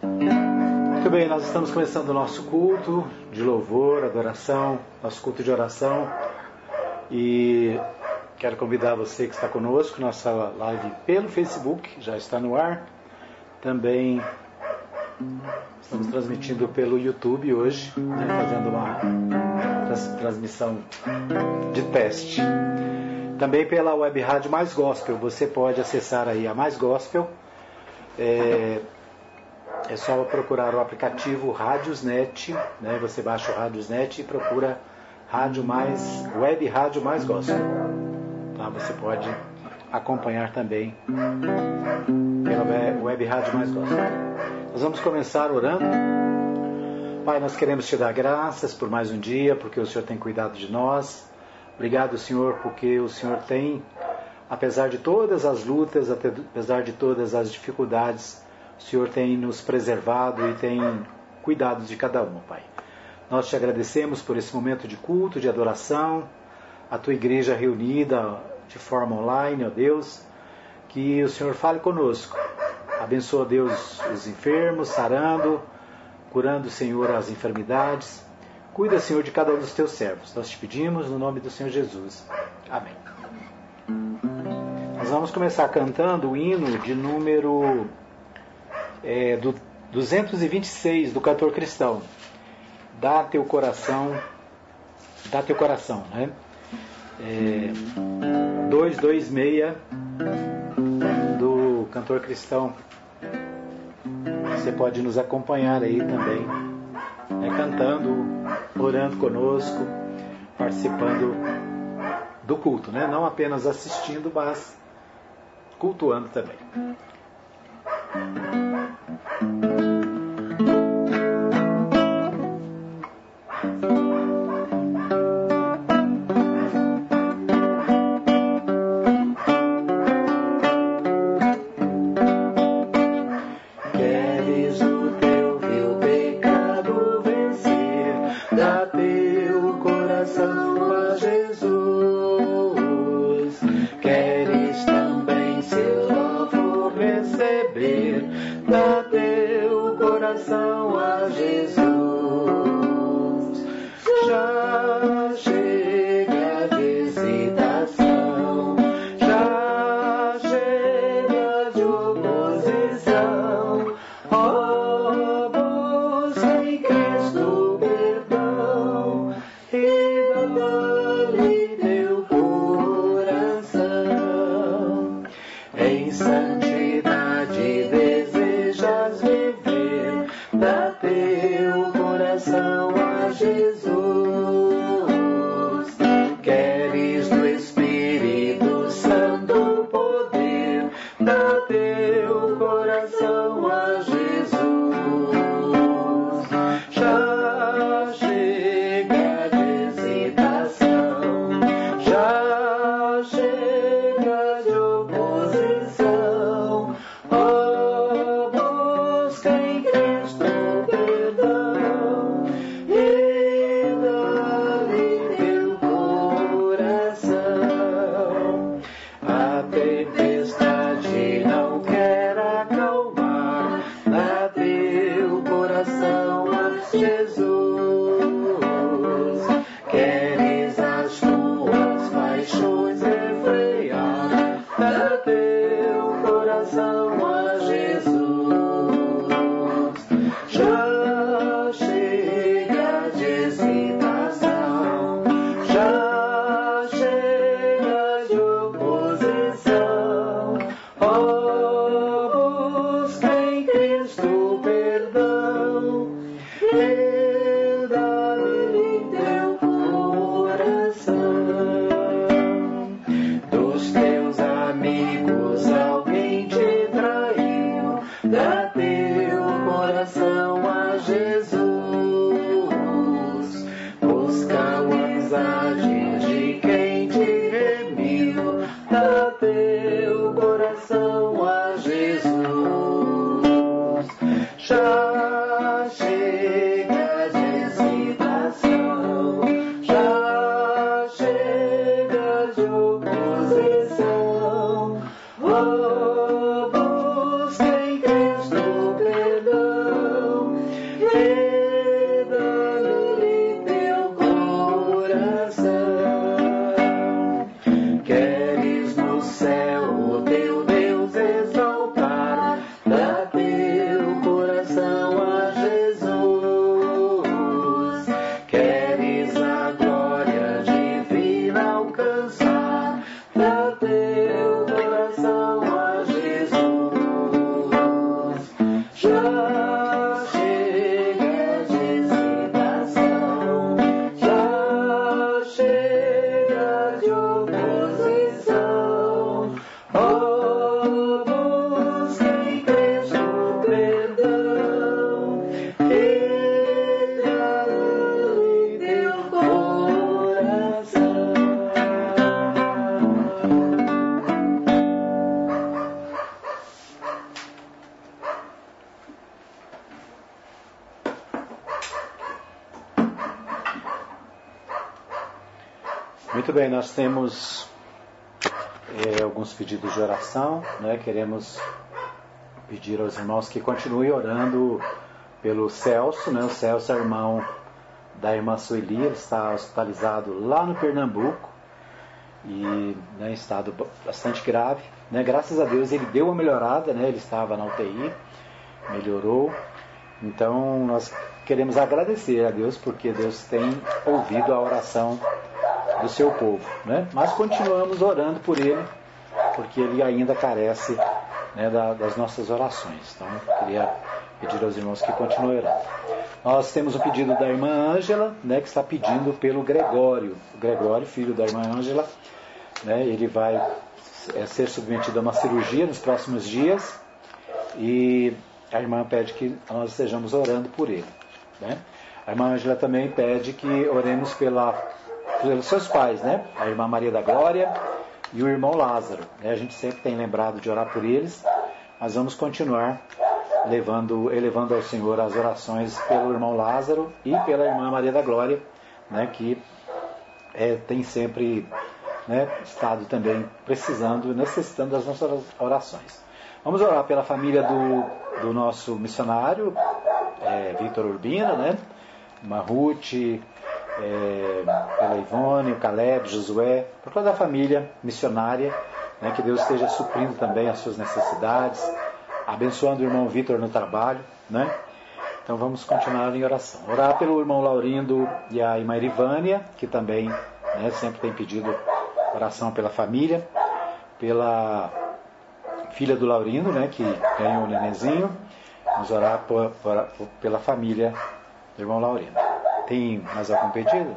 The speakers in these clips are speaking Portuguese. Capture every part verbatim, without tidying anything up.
Muito bem, nós estamos começando o nosso culto de louvor, adoração, nosso culto de oração. E quero convidar você que está conosco, nossa live pelo Facebook, já está no ar. Também estamos transmitindo pelo YouTube hoje, né, fazendo uma trans- transmissão de teste. Também pela web rádio Mais Gospel, você pode acessar aí a Mais Gospel. É, é só procurar o aplicativo Radiosnet, né? Você baixa o Radiosnet e procura Rádio Mais, Web Rádio Mais Gospel. Tá? Você pode acompanhar também pela Web Rádio Mais Gospel. Nós vamos começar orando. Pai, nós queremos te dar graças por mais um dia, porque o Senhor tem cuidado de nós. Obrigado, Senhor, porque o Senhor tem, apesar de todas as lutas, apesar de todas as dificuldades, o Senhor tem nos preservado e tem cuidado de cada um, Pai. Nós te agradecemos por esse momento de culto, de adoração, a tua igreja reunida de forma online, ó Deus, que o Senhor fale conosco. Abençoa, Deus, os enfermos, sarando, curando, Senhor, as enfermidades. Cuida, Senhor, de cada um dos teus servos. Nós te pedimos no nome do Senhor Jesus. Amém. Nós vamos começar cantando o hino de número é, do duzentos e vinte e seis do cantor cristão. Dá teu coração, dá teu coração, né? É, duzentos e vinte e seis do cantor cristão. Você pode nos acompanhar aí também, né, cantando, orando conosco, participando do culto, né? Não apenas assistindo, mas cultuando também. Oh, busca em Cristo perdão. Muito bem, nós temos é, alguns pedidos de oração, né? Queremos pedir aos irmãos que continuem orando pelo Celso, né? O Celso é irmão da irmã Sueli, ele está hospitalizado lá no Pernambuco e né, em estado bastante grave, né? Graças a Deus ele deu uma melhorada, né? Ele estava na U T I, melhorou. Então nós queremos agradecer a Deus porque Deus tem ouvido a oração do seu povo, né? Mas continuamos orando por ele porque ele ainda carece, né, da, das nossas orações. Então eu queria pedir aos irmãos que continuem orando. Nós temos o pedido da irmã Ângela, né, que está pedindo pelo Gregório. O Gregório, filho da irmã Ângela, né, ele vai é, ser submetido a uma cirurgia nos próximos dias e a irmã pede que nós estejamos orando por ele, né? A irmã Ângela também pede que oremos pela, pelos seus pais, né? A irmã Maria da Glória e o irmão Lázaro, né? A gente sempre tem lembrado de orar por eles, mas vamos continuar levando, elevando ao Senhor as orações pelo irmão Lázaro e pela irmã Maria da Glória, né? Que é, tem sempre, né, estado também precisando, necessitando das nossas orações. Vamos orar pela família do, do nosso missionário, é, Vitor Urbina, né? Uma Ruth, é, pela Ivone, o Caleb, Josué, por toda a família missionária, né? Que Deus esteja suprindo também as suas necessidades, abençoando o irmão Vitor no trabalho, né? Então vamos continuar em oração. Orar pelo irmão Laurindo e a irmã Irivânia, que também, né, sempre tem pedido oração pela família, pela filha do Laurindo, né, que ganhou o nenenzinho. Vamos orar por, por, por, pela família do irmão Laurindo. Tem mais algum pedido?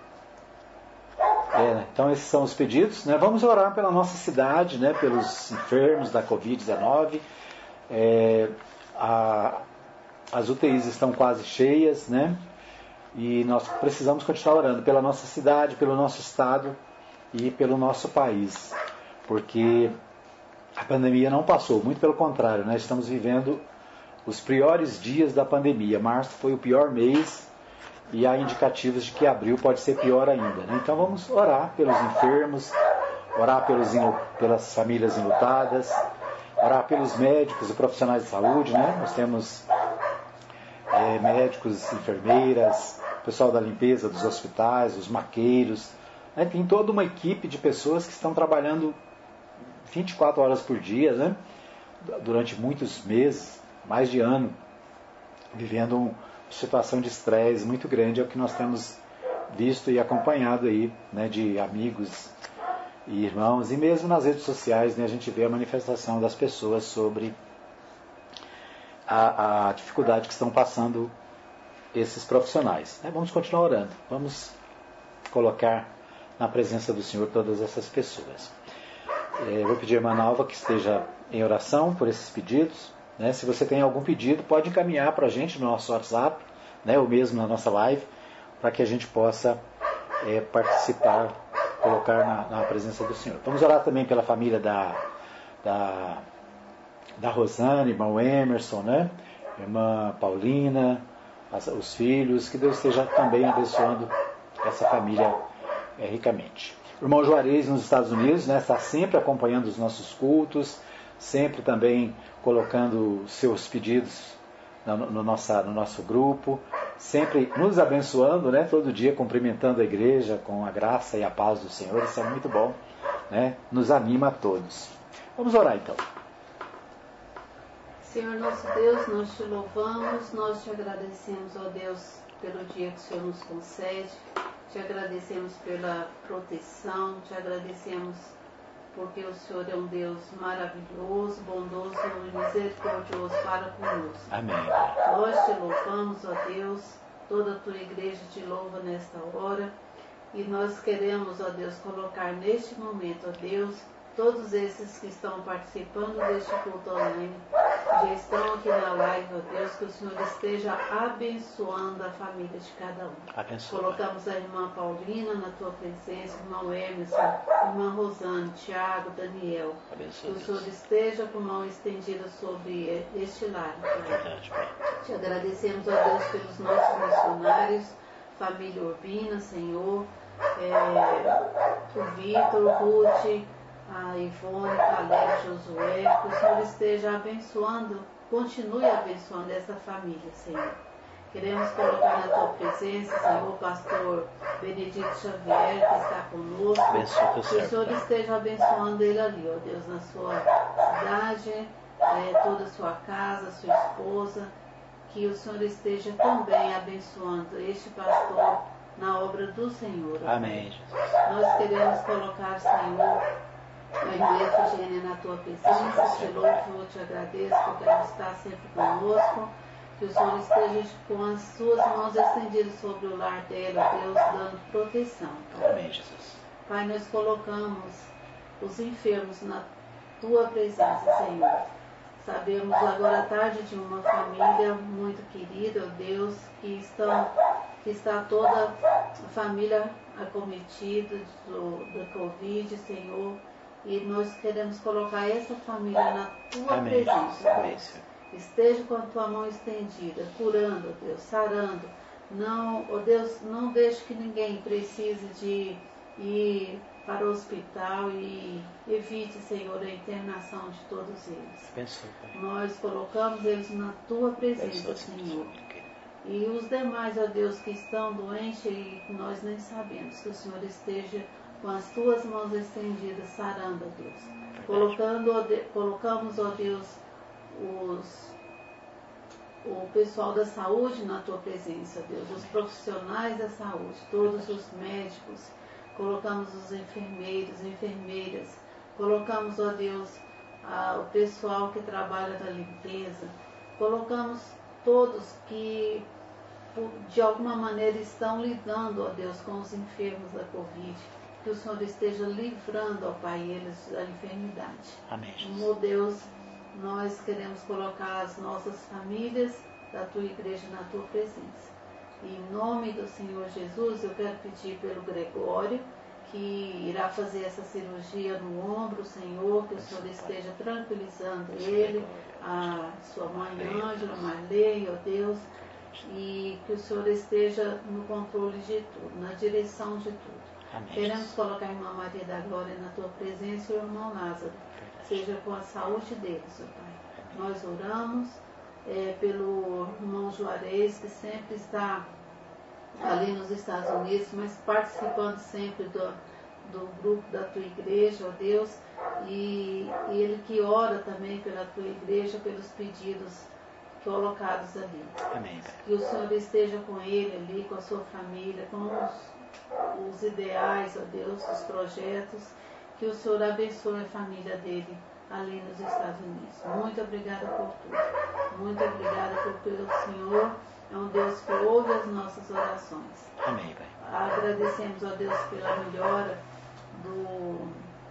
É, então esses são os pedidos, né? Vamos orar pela nossa cidade, né, pelos enfermos da covid dezenove. É, a, as U T Is estão quase cheias, né? E nós precisamos continuar orando pela nossa cidade, pelo nosso estado e pelo nosso país, porque a pandemia não passou, muito pelo contrário, nós estamos vivendo os piores dias da pandemia. Março foi o pior mês e há indicativos de que abril pode ser pior ainda, né? Então vamos orar pelos enfermos, orar pelos, pelas famílias enlutadas, orar pelos médicos e profissionais de saúde, né? Nós temos é, médicos, enfermeiras, pessoal da limpeza dos hospitais, os maqueiros, né? Tem toda uma equipe de pessoas que estão trabalhando vinte e quatro horas por dia, né? Durante muitos meses, mais de ano, vivendo uma situação de estresse muito grande, é o que nós temos visto e acompanhado aí, né, de amigos e irmãos, e mesmo nas redes sociais, né, a gente vê a manifestação das pessoas sobre a, a dificuldade que estão passando esses profissionais, né? Vamos continuar orando, vamos colocar na presença do Senhor todas essas pessoas. É, vou pedir a irmã Nalva que esteja em oração por esses pedidos, né? Se você tem algum pedido, pode encaminhar para a gente no nosso WhatsApp, né, ou mesmo na nossa live, para que a gente possa é, participar, colocar na, na presença do Senhor. Vamos orar também pela família da, da, da Rosane, irmão Emerson, né? Irmã Paulina, as, os filhos, que Deus esteja também abençoando essa família é, ricamente. O irmão Juarez nos Estados Unidos, né, está sempre acompanhando os nossos cultos, sempre também colocando seus pedidos no, no, nossa, no nosso grupo, sempre nos abençoando, né, todo dia cumprimentando a igreja com a graça e a paz do Senhor. Isso é muito bom, né, nos anima a todos. Vamos orar então. Senhor nosso Deus, nós te louvamos, nós te agradecemos, ó Deus, pelo dia que o Senhor nos concede. Te agradecemos pela proteção, te agradecemos porque o Senhor é um Deus maravilhoso, bondoso e misericordioso para conosco. Amém. Nós te louvamos, ó Deus, toda a tua igreja te louva nesta hora e nós queremos, ó Deus, colocar neste momento, ó Deus, todos esses que estão participando deste culto online, já estão aqui na live, ó Deus, que o Senhor esteja abençoando a família de cada um. Abençoa. Colocamos a irmã Paulina na tua presença, irmão Emerson, irmã Rosane, Tiago, Daniel. Abençoa, que o Senhor esteja com mão estendida sobre este lar. Verdade, Pai. Te agradecemos, ó Deus, pelos nossos missionários, família Urbina, Senhor. é, o Vitor, o Ruth, a Ivone, Caleb, Josué, que o Senhor esteja abençoando, continue abençoando essa família, Senhor. Queremos colocar na tua presença, Senhor, o pastor Benedito Xavier, que está conosco. Abençoa, que o Senhor esteja abençoando ele ali, ó Deus, na sua cidade, é, toda a sua casa, sua esposa. Que o Senhor esteja também abençoando este pastor na obra do Senhor. Amém, Jesus. Nós queremos colocar, Senhor, a irmã Efigênia na tua presença. Te louvo, te agradeço porque ela está sempre conosco. Que o Senhor esteja com as suas mãos estendidas sobre o lar dela, Deus, dando proteção. Pai. Amém, Jesus. Pai, nós colocamos os enfermos na tua presença, Senhor. Sabemos agora à tarde de uma família muito querida, ó Deus, que, estão, que está toda a família acometida do, do Covid, Senhor. E nós queremos colocar essa família na tua Amém. presença. Amém, Senhor. Esteja com a tua mão estendida, curando, ó Deus, sarando. Não, ó Deus, não deixe que ninguém precise de ir para o hospital e evite, Senhor, a internação de todos eles. Abençoa, Pai. Nós colocamos eles na tua presença, Abençoa, Senhor. E os demais, ó Deus, que estão doentes e nós nem sabemos, que o Senhor esteja com as tuas mãos estendidas, sarando, ó Deus. Colocando, ó de, colocamos, ó Deus, os, o pessoal da saúde na tua presença, ó Deus, os profissionais da saúde, todos os médicos, colocamos os enfermeiros, enfermeiras, colocamos, ó Deus, a, o pessoal que trabalha na limpeza, colocamos todos que de alguma maneira estão lidando, ó Deus, com os enfermos da Covid, que o Senhor esteja livrando, ó Pai, eles da enfermidade. Amém, Jesus. Meu Deus, nós queremos colocar as nossas famílias da tua igreja na tua presença. E em nome do Senhor Jesus, eu quero pedir pelo Gregório, que irá fazer essa cirurgia no ombro, Senhor, que o Senhor esteja tranquilizando ele, a sua mãe Ângela, Marley, ó Deus, e que o Senhor esteja no controle de tudo, na direção de tudo. Amém. Queremos colocar a irmã Maria da Glória na tua presença e o irmão Lázaro, seja com a saúde deles, ó Pai. Nós oramos é, pelo irmão Juarez, que sempre está ali nos Estados Unidos, mas participando sempre do, do grupo da tua igreja, ó Deus, e, e ele que ora também pela tua igreja, pelos pedidos colocados ali. Amém. Que o Senhor esteja com ele ali, com a sua família, com os, os ideais, ó Deus, os projetos, que o Senhor abençoe a família dele ali nos Estados Unidos. Muito obrigada por tudo. Muito obrigada porque o Senhor é um Deus que ouve as nossas orações. Amém, Pai. Agradecemos a Deus pela melhora do,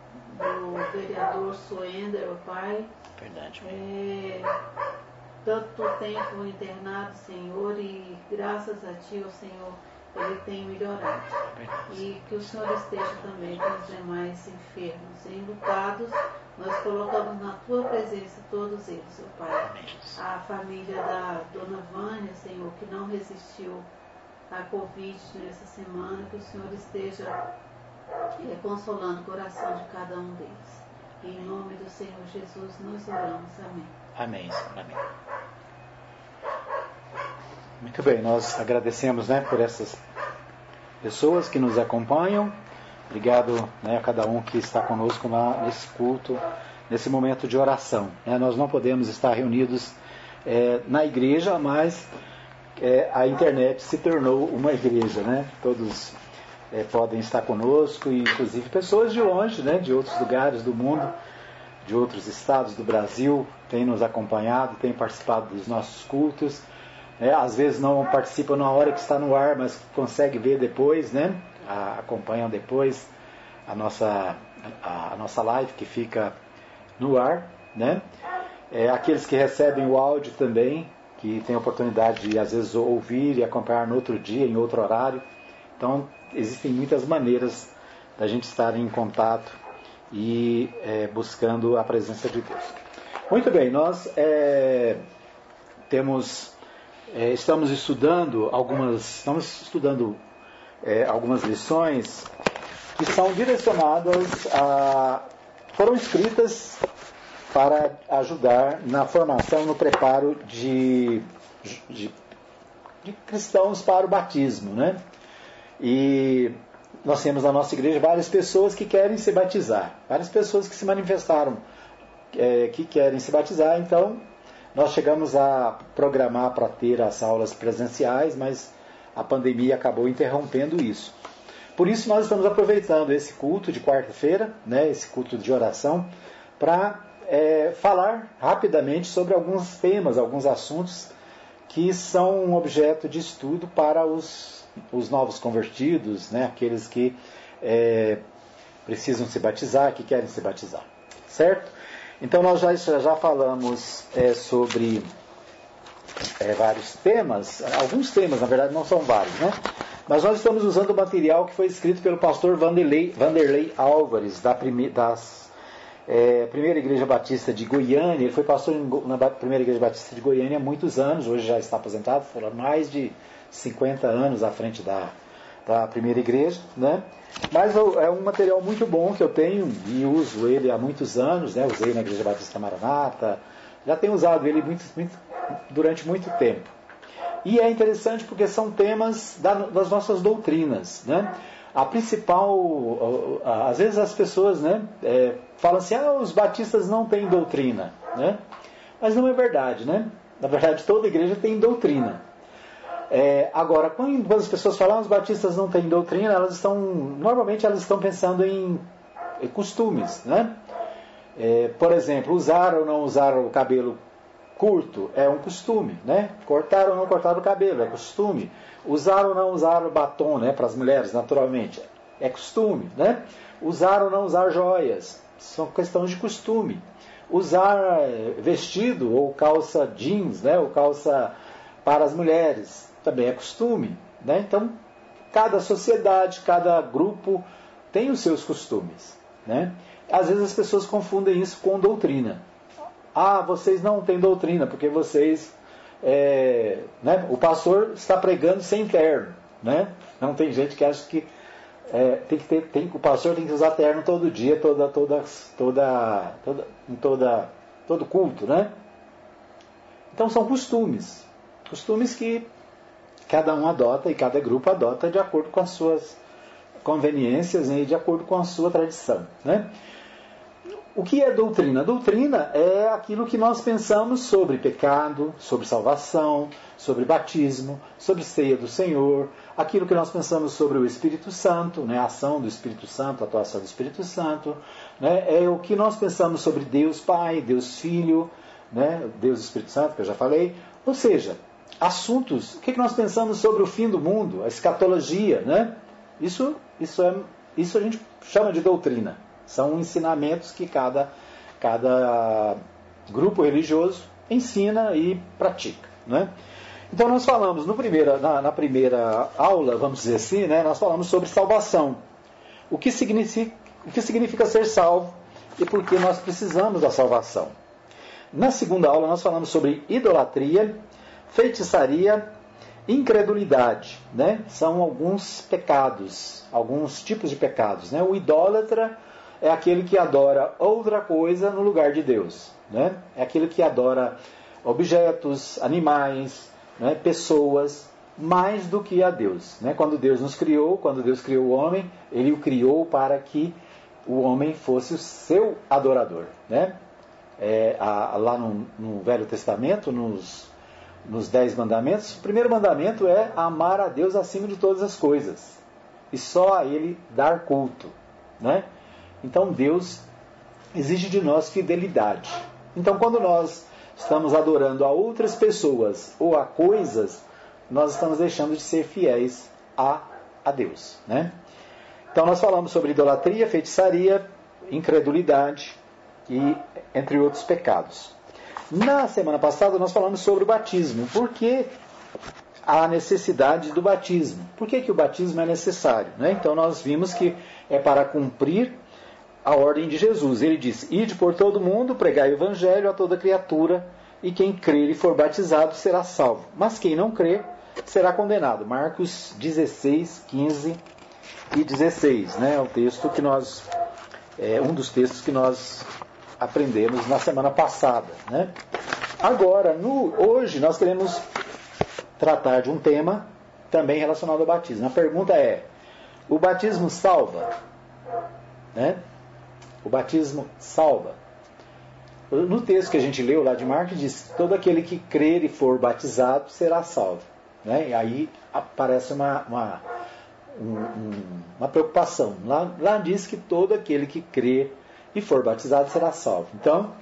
do vereador Soender, ó Pai. Verdade, Pai. É, tanto tempo internado, Senhor, e graças a Ti, ó Senhor, ele tem melhorado. E que o Senhor esteja também com os demais enfermos, enlutados. Nós colocamos na Tua presença todos eles, ó Pai. Amém, Jesus. A família da Dona Vânia, Senhor, que não resistiu à Covid nessa semana, que o Senhor esteja é, consolando o coração de cada um deles. E em nome do Senhor Jesus nós oramos. Amém. Amém, Senhor. Amém. Muito bem, nós agradecemos, né, por essas pessoas que nos acompanham. Obrigado, né, a cada um que está conosco na, nesse culto, nesse momento de oração. Né? Nós não podemos estar reunidos é, na igreja, mas é, a internet se tornou uma igreja. Né? Todos é, podem estar conosco, inclusive pessoas de longe, né, de outros lugares do mundo, de outros estados do Brasil, têm nos acompanhado, têm participado dos nossos cultos. É, às vezes não participam na hora que está no ar, mas consegue ver depois, né? A, acompanham depois a nossa, a, a nossa live que fica no ar, né? É, aqueles que recebem o áudio também, que têm a oportunidade de às vezes ouvir e acompanhar no outro dia, em outro horário. Então existem muitas maneiras da gente estar em contato e é, buscando a presença de Deus. Muito bem, nós é, temos... É, estamos estudando algumas, estamos estudando é, algumas lições que são direcionadas a... foram escritas para ajudar na formação, no preparo de, de, de cristãos para o batismo, né? E nós temos na nossa igreja várias pessoas que querem se batizar, várias pessoas que se manifestaram é, que querem se batizar. Então nós chegamos a programar para ter as aulas presenciais, mas a pandemia acabou interrompendo isso. Por isso nós estamos aproveitando esse culto de quarta-feira, né, esse culto de oração, para é, falar rapidamente sobre alguns temas, alguns assuntos que são um objeto de estudo para os, os novos convertidos, né, aqueles que é, precisam se batizar, que querem se batizar. Certo? Então nós já, já falamos é, sobre é, vários temas, alguns temas, na verdade não são vários, né? Mas nós estamos usando o material que foi escrito pelo pastor Vanderlei, Vanderlei Álvares, da prime, das, é, Primeira Igreja Batista de Goiânia. Ele foi pastor em, na Primeira Igreja Batista de Goiânia há muitos anos, hoje já está aposentado, foram mais de cinquenta anos à frente da, da Primeira Igreja, né? Mas é um material muito bom que eu tenho e uso ele há muitos anos, né? Usei na Igreja Batista Maranata, já tenho usado ele muito, muito, durante muito tempo. E é interessante porque são temas das nossas doutrinas, né? A principal, às vezes as pessoas, né, é, falam assim, ah, os batistas não têm doutrina, né? Mas não é verdade, né? Na verdade, toda igreja tem doutrina. É, agora, quando as pessoas falam, ah, os batistas não têm doutrina, elas estão, normalmente elas estão pensando em, em costumes, né? É, por exemplo, usar ou não usar o cabelo curto é um costume, né? Cortar ou não cortar o cabelo é costume. Usar ou não usar batom, né, para as mulheres, naturalmente, é costume, né? Usar ou não usar joias são questões de costume. Usar vestido ou calça jeans, né, ou calça para as mulheres também é costume, né? Então, cada sociedade, cada grupo tem os seus costumes, né? Às vezes as pessoas confundem isso com doutrina. Ah, vocês não têm doutrina, porque vocês... É, né, o pastor está pregando sem terno, né? Não tem gente que acha que, é, tem que ter, tem, o pastor tem que usar terno todo dia, toda, toda, toda, toda, em toda, todo culto, né? Então são costumes. Costumes que cada um adota e cada grupo adota de acordo com as suas conveniências e de acordo com a sua tradição, né? O que é doutrina? Doutrina é aquilo que nós pensamos sobre pecado, sobre salvação, sobre batismo, sobre ceia do Senhor, aquilo que nós pensamos sobre o Espírito Santo, né, a ação do Espírito Santo, a atuação do Espírito Santo, né, é o que nós pensamos sobre Deus Pai, Deus Filho, né, Deus Espírito Santo, que eu já falei. Ou seja, assuntos, o que nós pensamos sobre o fim do mundo, a escatologia, né? Isso, isso, é, isso a gente chama de doutrina. São ensinamentos que cada, cada grupo religioso ensina e pratica, né? Então nós falamos no primeira, na, na primeira aula, vamos dizer assim, né, nós falamos sobre salvação. O que significa, o que significa ser salvo e por que nós precisamos da salvação. Na segunda aula nós falamos sobre idolatria, feitiçaria, incredulidade, né? São alguns pecados, alguns tipos de pecados, né? O idólatra é aquele que adora outra coisa no lugar de Deus, né? É aquele que adora objetos, animais, né? Pessoas, mais do que a Deus, né? Quando Deus nos criou, quando Deus criou o homem, Ele o criou para que o homem fosse o seu adorador, né? É, a, lá no, no Velho Testamento, nos, nos Dez Mandamentos, o primeiro mandamento é amar a Deus acima de todas as coisas e só a Ele dar culto, né? Então Deus exige de nós fidelidade. Então quando nós estamos adorando a outras pessoas ou a coisas, nós estamos deixando de ser fiéis a, a Deus, né? Então nós falamos sobre idolatria, feitiçaria, incredulidade e entre outros pecados. Na semana passada nós falamos sobre o batismo. Por que a necessidade do batismo? Por que, que o batismo é necessário, né? Então nós vimos que é para cumprir a ordem de Jesus. Ele disse, ide por todo mundo, pregai o evangelho a toda criatura, e quem crer e for batizado será salvo. Mas quem não crer será condenado. Marcos dezesseis, quinze e dezesseis, né? É o texto que nós, é um dos textos que nós aprendemos na semana passada, né? Agora, no, hoje nós queremos tratar de um tema também relacionado ao batismo. A pergunta é: o batismo salva? Né? O batismo salva? No texto que a gente leu lá de Marcos diz: todo aquele que crer e for batizado será salvo. Né? E aí aparece uma, uma, um, uma preocupação. Lá, lá diz que todo aquele que crer e for batizado será salvo. Então,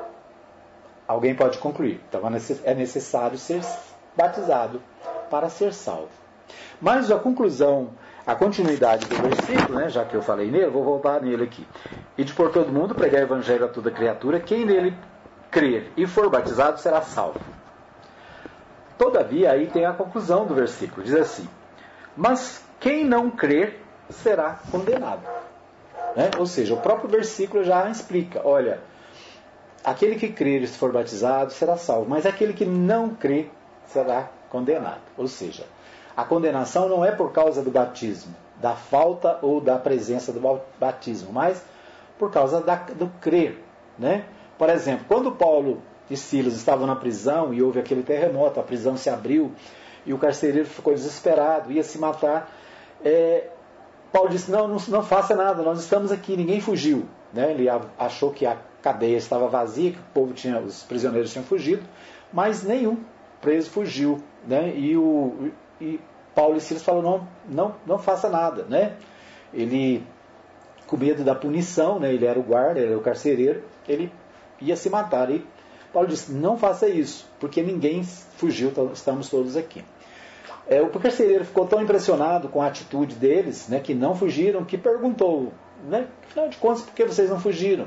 alguém pode concluir: então é necessário ser batizado para ser salvo. Mas a conclusão, a continuidade do versículo, né, já que eu falei nele, vou voltar nele aqui. E de por todo mundo pregar o evangelho a toda criatura, quem nele crer e for batizado será salvo. Todavia, aí tem a conclusão do versículo, diz assim: mas quem não crer será condenado. Né? Ou seja, o próprio versículo já explica: olha, aquele que crer e for batizado será salvo, mas aquele que não crer será condenado. Ou seja, a condenação não é por causa do batismo, da falta ou da presença do batismo, mas por causa da, do crer. Né? Por exemplo, quando Paulo e Silas estavam na prisão e houve aquele terremoto, a prisão se abriu e o carcereiro ficou desesperado, ia se matar, é, Paulo disse: não, não, não faça nada, nós estamos aqui, ninguém fugiu. Né? Ele achou que a cadeia estava vazia, que o povo tinha, os prisioneiros tinham fugido, mas nenhum preso fugiu. Né? E, o, e Paulo e Silas falaram: não, não, não faça nada. Né? Ele, com medo da punição, né? Ele era o guarda, ele era o carcereiro, ele ia se matar. E Paulo disse: não faça isso, porque ninguém fugiu, estamos todos aqui. É, o carcereiro ficou tão impressionado com a atitude deles, né, que não fugiram, que perguntou: né, afinal de contas, por que vocês não fugiram?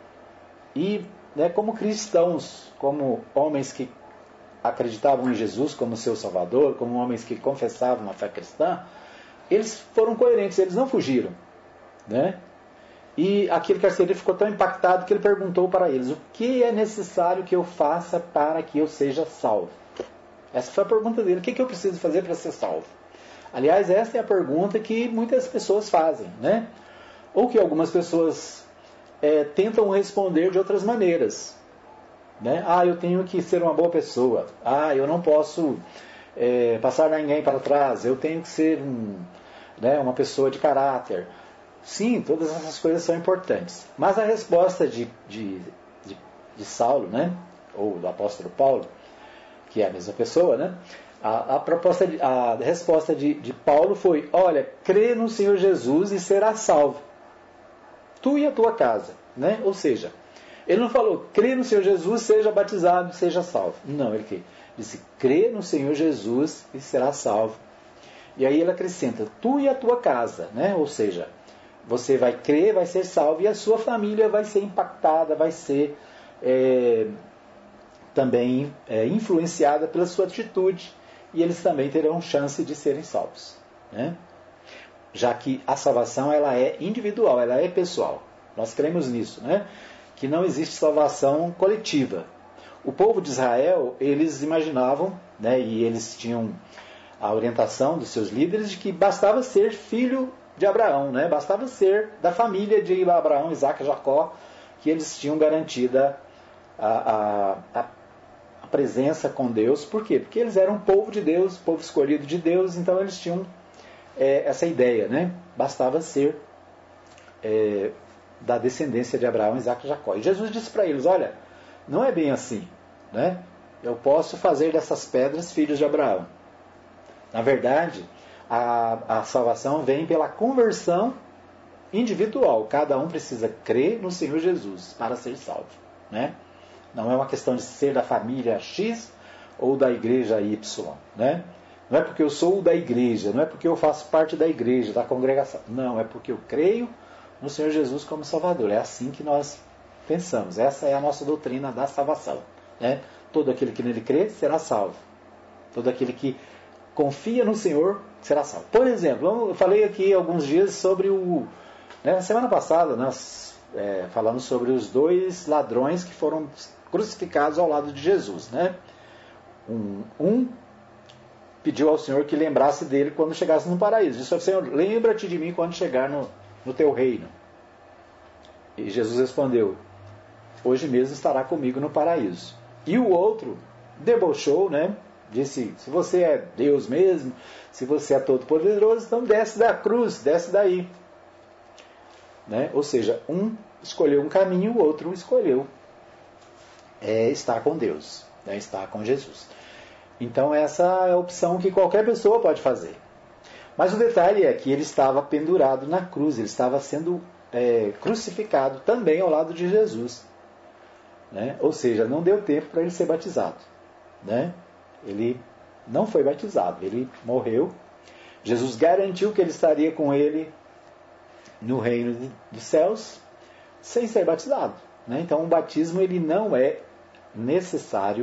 E, né, como cristãos, como homens que acreditavam em Jesus como seu Salvador, como homens que confessavam a fé cristã, eles foram coerentes, eles não fugiram. Né? E aquele carcereiro ficou tão impactado que ele perguntou para eles: o que é necessário que eu faça para que eu seja salvo? Essa foi a pergunta dele: o que, que eu preciso fazer para ser salvo? Aliás, essa é a pergunta que muitas pessoas fazem, né? Ou que algumas pessoas é, tentam responder de outras maneiras. Né? Ah, eu tenho que ser uma boa pessoa. Ah, eu não posso é, passar ninguém para trás. Eu tenho que ser um, né, uma pessoa de caráter. Sim, todas essas coisas são importantes. Mas a resposta de, de, de, de Saulo, né, ou do apóstolo Paulo, que é a mesma pessoa, né, a, a, proposta de, a resposta de, de Paulo foi: olha, crê no Senhor Jesus e será salvo, tu e a tua casa. Né? Ou seja, ele não falou: crê no Senhor Jesus, seja batizado e seja salvo. Não, ele disse: crê no Senhor Jesus e será salvo. E aí ele acrescenta: tu e a tua casa. Né? Ou seja, você vai crer, vai ser salvo, e a sua família vai ser impactada, vai ser é, também é, influenciada pela sua atitude, e eles também terão chance de serem salvos. Né? Já que a salvação ela é individual, ela é pessoal. Nós cremos nisso, né? Que não existe salvação coletiva. O povo de Israel, eles imaginavam, né, e eles tinham a orientação dos seus líderes de que bastava ser filho de Abraão, né? Bastava ser da família de Abraão, Isaac e Jacó, que eles tinham garantida a, a, a presença com Deus. Por quê? Porque eles eram povo de Deus, povo escolhido de Deus, então eles tinham é, essa ideia, né? Bastava ser é, da descendência de Abraão, Isaac e Jacó. E Jesus disse para eles: olha, não é bem assim. Né? Eu posso fazer dessas pedras filhos de Abraão. Na verdade, a, a salvação vem pela conversão individual. Cada um precisa crer no Senhor Jesus para ser salvo. Né? Não é uma questão de ser da família X ou da igreja Y. Né? Não é porque eu sou da igreja, não é porque eu faço parte da igreja, da congregação. Não, é porque eu creio no Senhor Jesus como Salvador. É assim que nós pensamos. Essa é a nossa doutrina da salvação. Né? Todo aquele que nele crê será salvo. Todo aquele que confia no Senhor será salvo. Por exemplo, eu falei aqui alguns dias sobre o... Né, na semana passada nós é, falamos sobre os dois ladrões que foram crucificados ao lado de Jesus. Né? Um, um pediu ao Senhor que lembrasse dele quando chegasse no paraíso. Disse ao Senhor, lembra-te de mim quando chegar no, no teu reino. E Jesus respondeu, hoje mesmo estará comigo no paraíso. E o outro debochou, né? Disse, se você é Deus mesmo, se você é todo poderoso, então desce da cruz, desce daí. Né? Ou seja, um escolheu um caminho, o outro escolheu é, estar com Deus, né? Estar com Jesus. Então essa é a opção que qualquer pessoa pode fazer. Mas o detalhe é que ele estava pendurado na cruz, ele estava sendo é, crucificado também ao lado de Jesus. Né? Ou seja, não deu tempo para ele ser batizado. Né? Ele não foi batizado, ele morreu. Jesus garantiu que ele estaria com ele no reino dos céus sem ser batizado. Né? Então o batismo ele não é necessário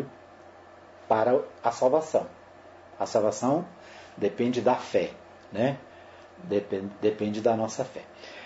para a salvação. A salvação depende da fé. Né? Depende, depende da nossa fé.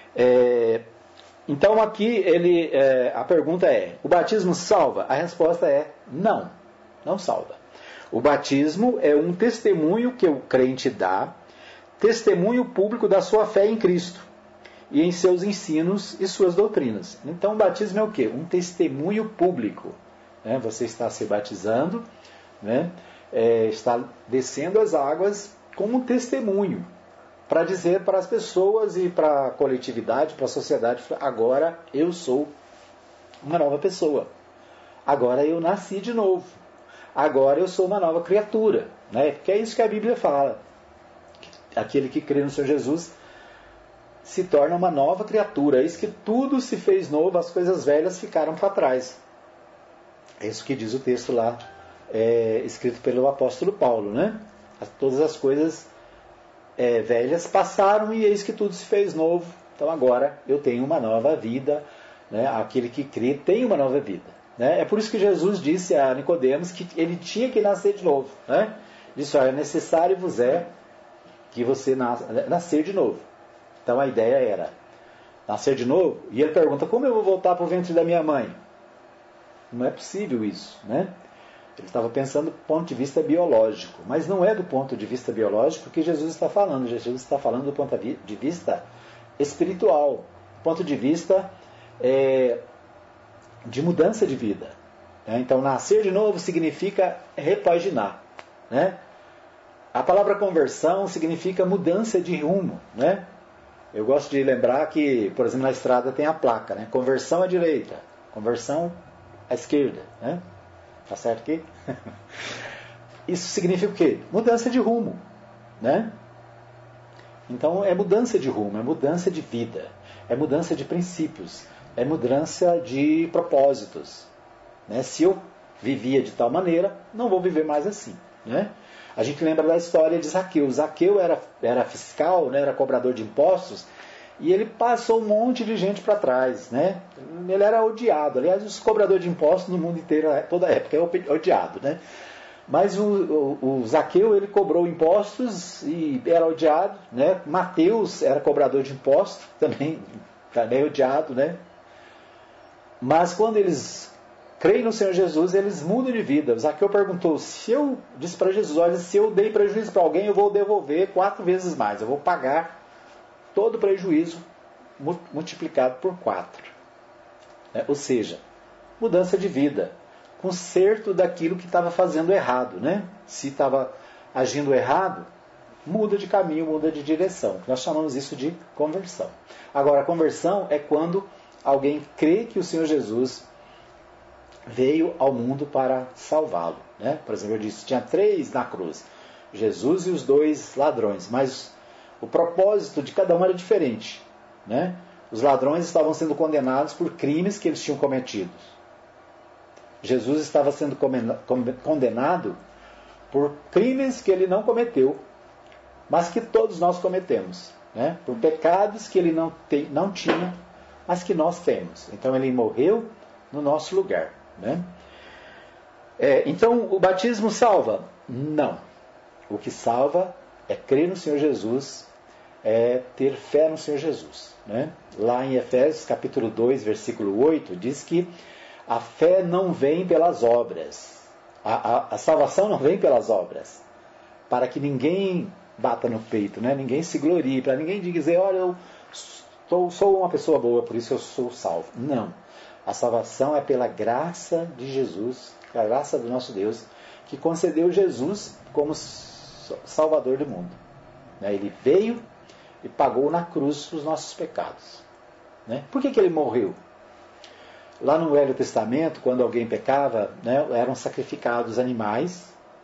É, então aqui ele, é, a pergunta é, o batismo salva? A resposta é não, não salva. O batismo é um testemunho que o crente dá, testemunho público da sua fé em Cristo e em seus ensinos e suas doutrinas. Então o batismo é o quê? Um testemunho público. Né? Você está se batizando, né? é, está descendo as águas como um testemunho, para dizer para as pessoas e para a coletividade, para a sociedade, agora eu sou uma nova pessoa. Agora eu nasci de novo. Agora eu sou uma nova criatura. Né? Porque é isso que a Bíblia fala. Aquele que crê no Senhor Jesus se torna uma nova criatura. É isso que tudo se fez novo, as coisas velhas ficaram para trás. É isso que diz o texto lá, é, escrito pelo apóstolo Paulo. Né? Todas as coisas é, velhas passaram e eis que tudo se fez novo. Então agora eu tenho uma nova vida. Né? Aquele que crê tem uma nova vida. Né? É por isso que Jesus disse a Nicodemos que ele tinha que nascer de novo. Né? Disse, olha, é necessário vos é que você nasça, nascer de novo. Então a ideia era nascer de novo. E ele pergunta, como eu vou voltar para o ventre da minha mãe? Não é possível isso. Né? Ele estava pensando do ponto de vista biológico. Mas não é do ponto de vista biológico que Jesus está falando. Jesus está falando do ponto de vista espiritual. Do ponto de vista é, de mudança de vida. Então, nascer de novo significa repaginar. Né? A palavra conversão significa mudança de rumo. Né? Eu gosto de lembrar que, por exemplo, na estrada tem a placa. Né? Conversão à direita, conversão à esquerda. Né? Tá certo aqui? Isso significa o quê? Mudança de rumo. Né? Então, é mudança de rumo, é mudança de vida, é mudança de princípios, é mudança de propósitos. Né? Se eu vivia de tal maneira, não vou viver mais assim. Né? A gente lembra da história de Zaqueu. Zaqueu era, era fiscal, né? Era cobrador de impostos, e ele passou um monte de gente para trás. Né? Ele era odiado. Aliás, os cobradores de impostos no mundo inteiro, toda época, é odiado. Né? Mas o, o, o Zaqueu, ele cobrou impostos e era odiado. Né? Mateus era cobrador de impostos, também, também odiado. Né? Mas quando eles creem no Senhor Jesus, eles mudam de vida. O Zaqueu perguntou, se eu disse para Jesus, olha, se eu dei prejuízo para alguém, eu vou devolver quatro vezes mais. Eu vou pagar todo o prejuízo multiplicado por quatro. É, ou seja, mudança de vida. Conserto daquilo que estava fazendo errado. Né? Se estava agindo errado, muda de caminho, muda de direção. Nós chamamos isso de conversão. Agora, a conversão é quando alguém crê que o Senhor Jesus veio ao mundo para salvá-lo. Né? Por exemplo, eu disse, tinha três na cruz. Jesus e os dois ladrões. Mas o propósito de cada um era diferente. Né? Os ladrões estavam sendo condenados por crimes que eles tinham cometido. Jesus estava sendo condenado por crimes que ele não cometeu, mas que todos nós cometemos. Né? Por pecados que ele não, tem, não tinha, mas que nós temos. Então ele morreu no nosso lugar. Né? É, então o batismo salva? Não. O que salva é crer no Senhor Jesus, é ter fé no Senhor Jesus. Né? Lá em Efésios capítulo dois, versículo oito, diz que a fé não vem pelas obras. A, a, a salvação não vem pelas obras. para que ninguém bata no peito, né? Ninguém se glorie, para ninguém dizer, olha, eu sou, sou uma pessoa boa, por isso eu sou salvo. Não. A salvação é pela graça de Jesus, a graça do nosso Deus, que concedeu Jesus como Salvador do mundo. Ele veio e pagou na cruz os nossos pecados. Por que que ele morreu? Lá no Velho Testamento, quando alguém pecava, né, eram sacrificados animais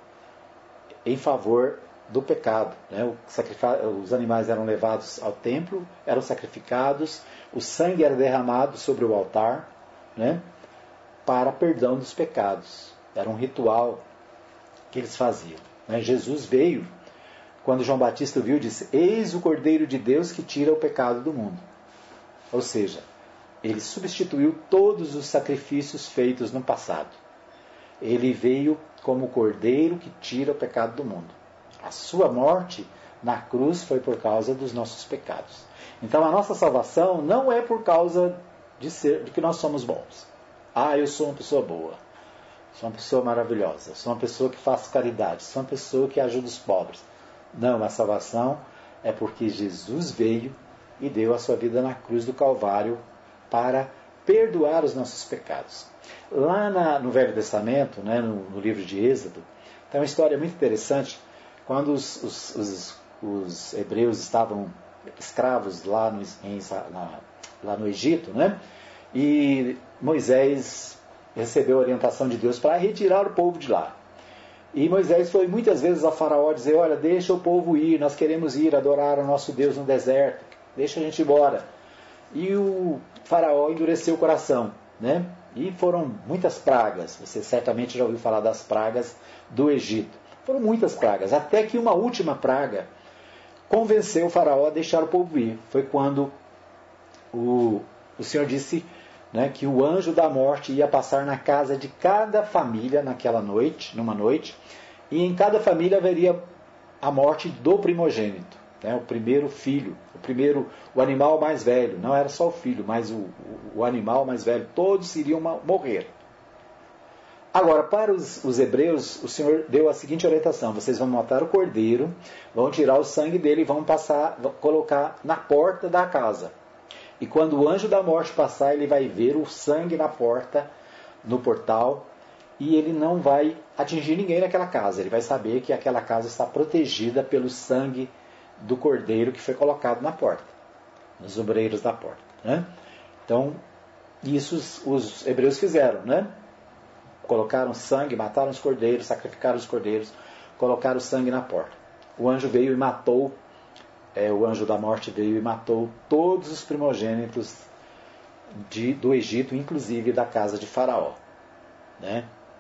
em favor do pecado. Né? Os animais eram levados ao templo, eram sacrificados, o sangue era derramado sobre o altar, né, para perdão dos pecados. Era um ritual que eles faziam. Né? Jesus veio, quando João Batista viu, disse, eis o Cordeiro de Deus que tira o pecado do mundo. Ou seja, ele substituiu todos os sacrifícios feitos no passado. Ele veio como o Cordeiro que tira o pecado do mundo. A sua morte na cruz foi por causa dos nossos pecados. Então a nossa salvação não é por causa de, ser, de que nós somos bons. Ah, eu sou uma pessoa boa. Sou uma pessoa maravilhosa. Sou uma pessoa que faz caridade. Sou uma pessoa que ajuda os pobres. Não, a salvação é porque Jesus veio e deu a sua vida na cruz do Calvário para perdoar os nossos pecados. Lá na, no Velho Testamento, né, no, no livro de Êxodo, tem uma história muito interessante. Quando os, os, os, os hebreus estavam escravos lá no, em, na, lá no Egito, né, e Moisés recebeu a orientação de Deus para retirar o povo de lá. E Moisés foi muitas vezes a Faraó dizer, olha, deixa o povo ir, nós queremos ir adorar o nosso Deus no deserto, deixa a gente ir embora. E o Faraó endureceu o coração, né? E foram muitas pragas. Você certamente já ouviu falar das pragas do Egito. Foram muitas pragas, até que uma última praga convenceu o Faraó a deixar o povo ir. Foi quando o, o Senhor disse, né, que o anjo da morte ia passar na casa de cada família naquela noite, numa noite, e em cada família haveria a morte do primogênito. Né, o primeiro filho, o primeiro, o animal mais velho, não era só o filho, mas o, o, o animal mais velho, todos iriam morrer. Agora, para os, os hebreus, o Senhor deu a seguinte orientação, vocês vão matar o cordeiro, vão tirar o sangue dele e vão passar, vão colocar na porta da casa. E quando o anjo da morte passar, ele vai ver o sangue na porta, no portal, e ele não vai atingir ninguém naquela casa, ele vai saber que aquela casa está protegida pelo sangue do cordeiro que foi colocado na porta, nos ombreiros da porta. Né? Então, isso os, os hebreus fizeram. Né? Colocaram sangue, mataram os cordeiros, sacrificaram os cordeiros, colocaram o sangue na porta. O anjo veio e matou, é, o anjo da morte veio e matou todos os primogênitos de, do Egito, inclusive da casa de Faraó. Né?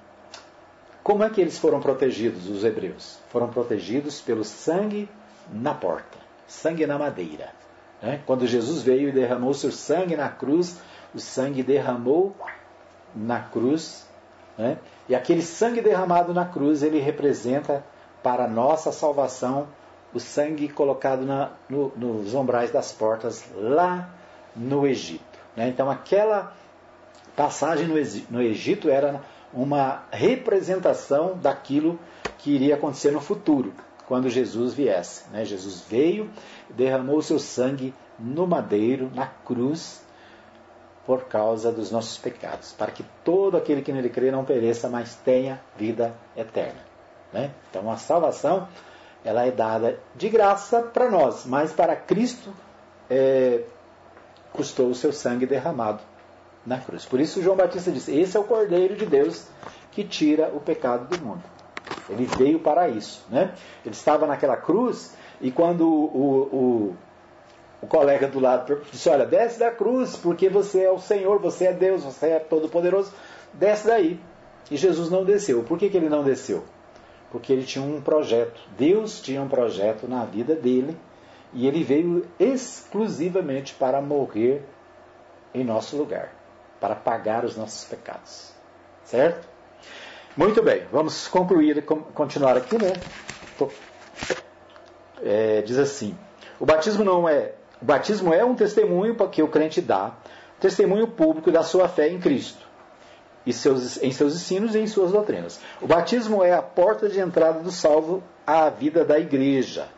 Como é que eles foram protegidos, os hebreus? Foram protegidos pelo sangue na porta, sangue na madeira. Né? Quando Jesus veio e derramou seu sangue na cruz, o sangue derramou na cruz, né? E aquele sangue derramado na cruz, ele representa para a nossa salvação o sangue colocado na, no, nos umbrais das portas lá no Egito. Né? Então aquela passagem no, no Egito era uma representação daquilo que iria acontecer no futuro, quando Jesus viesse. Né? Jesus veio, derramou o seu sangue no madeiro, na cruz, por causa dos nossos pecados, para que todo aquele que nele crê não pereça, mas tenha vida eterna. Né? Então a salvação, ela é dada de graça para nós, mas para Cristo é, custou o seu sangue derramado na cruz. Por isso João Batista disse, esse é o Cordeiro de Deus que tira o pecado do mundo. Ele veio para isso. Né? Ele estava naquela cruz e quando o, o, o colega do lado disse, olha, desce da cruz, porque você é o Senhor, você é Deus, você é todo-poderoso, desce daí. E Jesus não desceu. Por que, que ele não desceu? Porque ele tinha um projeto. Deus tinha um projeto na vida dele e ele veio exclusivamente para morrer em nosso lugar, para pagar os nossos pecados. Certo? Muito bem, vamos concluir, continuar aqui, né? É, diz assim, o batismo não é, o batismo é um testemunho que o crente dá, testemunho público da sua fé em Cristo, e seus, em seus ensinos e em suas doutrinas. O batismo é a porta de entrada do salvo à vida da igreja.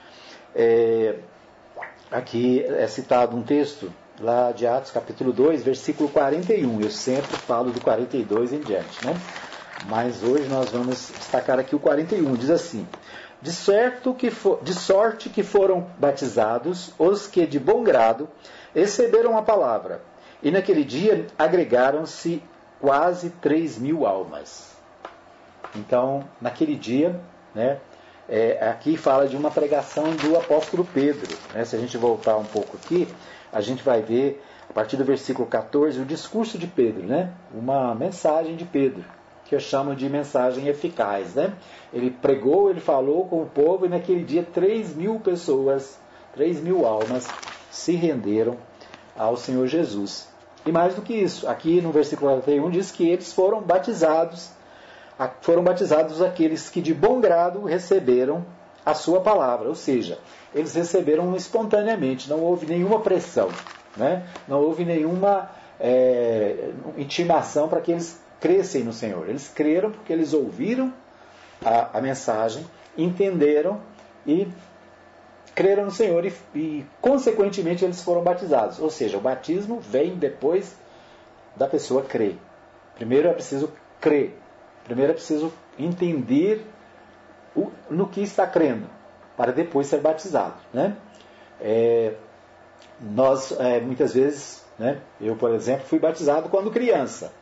É, aqui é citado um texto lá de Atos capítulo dois, versículo quarenta e um. Eu sempre falo do quarenta e dois em diante, né? Mas hoje nós vamos destacar aqui o quarenta e um. Diz assim: de, certo que for, de sorte que foram batizados os que de bom grado receberam a palavra, e naquele dia agregaram-se quase três mil almas. Então, naquele dia, né, é, aqui fala de uma pregação do apóstolo Pedro, né? Se a gente voltar um pouco aqui, a gente vai ver, a partir do versículo catorze, o discurso de Pedro, né? Uma mensagem de Pedro, que eu chamo de mensagem eficaz, né? Ele pregou, ele falou com o povo, e naquele dia três mil pessoas, três mil almas se renderam ao Senhor Jesus. E mais do que isso, aqui no versículo quarenta e um diz que eles foram batizados, foram batizados aqueles que de bom grado receberam a sua palavra, ou seja, eles receberam espontaneamente, não houve nenhuma pressão, né? Não houve nenhuma é, intimação para que eles crescem no Senhor. Eles creram porque eles ouviram a, a mensagem, entenderam e creram no Senhor e, e, consequentemente, eles foram batizados. Ou seja, o batismo vem depois da pessoa crer. Primeiro é preciso crer. Primeiro é preciso entender o, no que está crendo, para depois ser batizado, né? É, nós, é, muitas vezes, né, eu, por exemplo, fui batizado quando criança.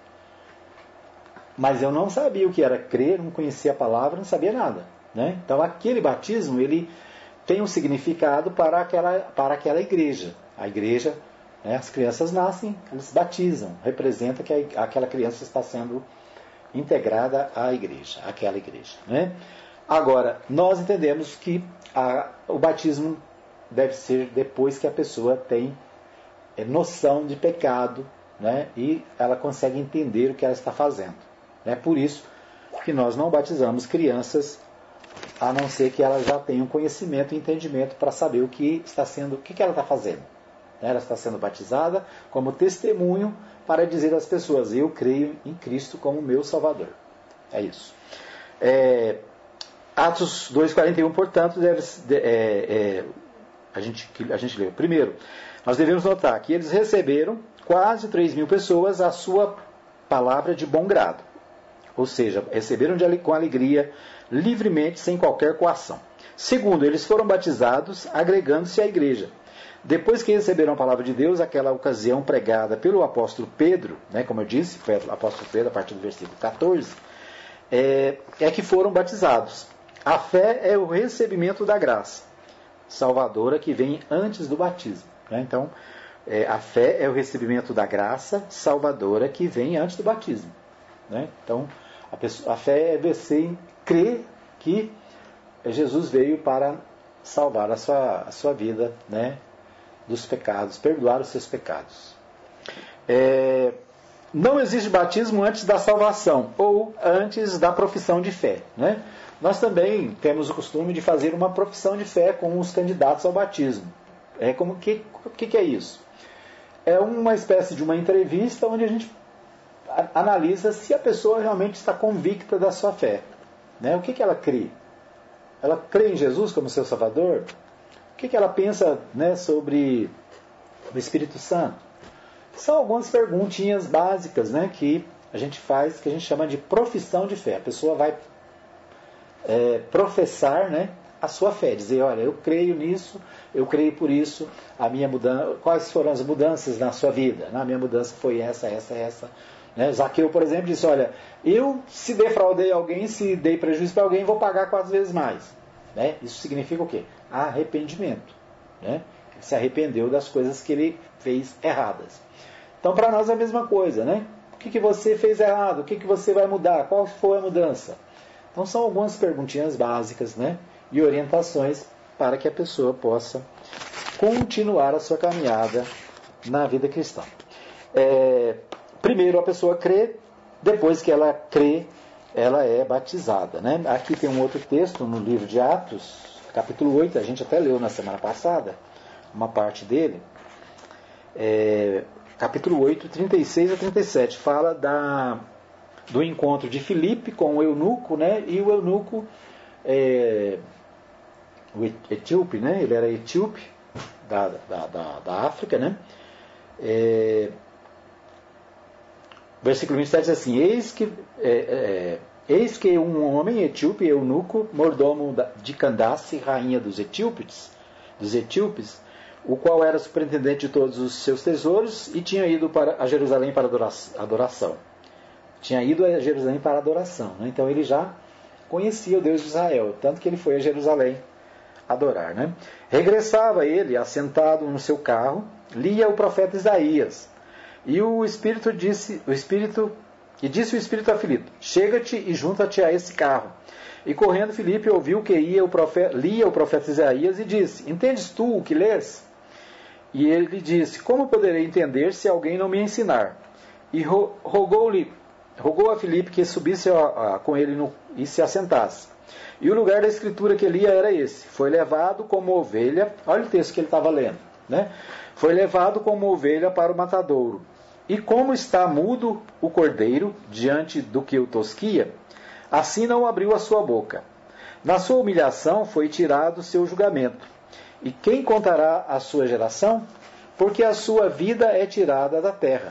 Mas eu não sabia o que era crer, não conhecia a palavra, não sabia nada, né? Então aquele batismo, ele tem um significado para aquela, para aquela igreja. A igreja, né, as crianças nascem, eles batizam, representa que a, aquela criança está sendo integrada à igreja, àquela igreja, né? Agora, nós entendemos que a, o batismo deve ser depois que a pessoa tem é, noção de pecado, né, e ela consegue entender o que ela está fazendo. É por isso que nós não batizamos crianças, a não ser que elas já tenham conhecimento e entendimento para saber o que está sendo, o que, que ela está fazendo. Ela está sendo batizada como testemunho para dizer às pessoas: eu creio em Cristo como meu Salvador. É isso. É, Atos dois, quarenta e um, portanto, deve, é, é, a, gente, a gente leu. Primeiro, nós devemos notar que eles receberam quase três mil pessoas a sua palavra de bom grado. Ou seja, receberam de, com alegria, livremente, sem qualquer coação. Segundo, eles foram batizados, agregando-se à igreja. Depois que receberam a palavra de Deus, aquela ocasião pregada pelo apóstolo Pedro, né, como eu disse, foi o apóstolo Pedro, a partir do versículo catorze, é, é que foram batizados. A fé é o recebimento da graça salvadora que vem antes do batismo, né? Então, é, a fé é o recebimento da graça salvadora que vem antes do batismo, né? Então, a, pessoa, a fé é você crer que Jesus veio para salvar a sua, a sua vida, né, dos pecados, perdoar os seus pecados. É, não existe batismo antes da salvação ou antes da profissão de fé, né? Nós também temos o costume de fazer uma profissão de fé com os candidatos ao batismo. É como que, o que, que é isso? É uma espécie de uma entrevista onde a gente analisa se a pessoa realmente está convicta da sua fé, né? O que, que ela crê? Ela crê em Jesus como seu Salvador? O que, que ela pensa, né, sobre o Espírito Santo? São algumas perguntinhas básicas, né, que a gente faz, que a gente chama de profissão de fé. A pessoa vai é, professar, né, a sua fé, dizer: olha, eu creio nisso, eu creio por isso, a minha mudança, quais foram as mudanças na sua vida? A minha mudança foi essa, essa, essa. Né? Zaqueu, por exemplo, disse: olha, eu se defraudei alguém, se dei prejuízo para alguém, vou pagar quatro vezes mais. Né? Isso significa o quê? Arrependimento. Né? Ele se arrependeu das coisas que ele fez erradas. Então, para nós é a mesma coisa, né? O que, que você fez errado? O que, que você vai mudar? Qual foi a mudança? Então, são algumas perguntinhas básicas, né, e orientações para que a pessoa possa continuar a sua caminhada na vida cristã. É, primeiro a pessoa crê, depois que ela crê, ela é batizada, né? Aqui tem um outro texto no livro de Atos, capítulo oito, a gente até leu na semana passada, uma parte dele, é, capítulo oito, trinta e seis a trinta e sete, fala da, do encontro de Filipe com o eunuco, né? E o eunuco é, o etíope, né? Ele era etíope da, da, da, da África, né? É, versículo vinte e sete diz assim: Eis que, é, é, eis que um homem etíope, eunuco, mordomo de Candace, rainha dos etíopes, dos etíopes, o qual era superintendente de todos os seus tesouros e tinha ido para, a Jerusalém para adoração. Tinha ido a Jerusalém para adoração. Né? Então ele já conhecia o Deus de Israel, tanto que ele foi a Jerusalém adorar. Né? Regressava ele, assentado no seu carro, lia o profeta Isaías. E o Espírito disse, o Espírito, e disse o Espírito a Filipe: chega-te e junta-te a esse carro. E correndo Filipe ouviu que ia o profeta, lia o profeta Isaías e disse: entendes tu o que lês? E ele disse: como poderei entender se alguém não me ensinar? E rogou-lhe, rogou a Filipe que subisse a, a, com ele no, e se assentasse. E o lugar da escritura que lia era esse: foi levado como ovelha, olha o texto que ele estava lendo, né? Foi levado como ovelha para o matadouro. E como está mudo o cordeiro diante do que o tosquia, assim não abriu a sua boca. Na sua humilhação foi tirado o seu julgamento. E quem contará a sua geração? Porque a sua vida é tirada da terra.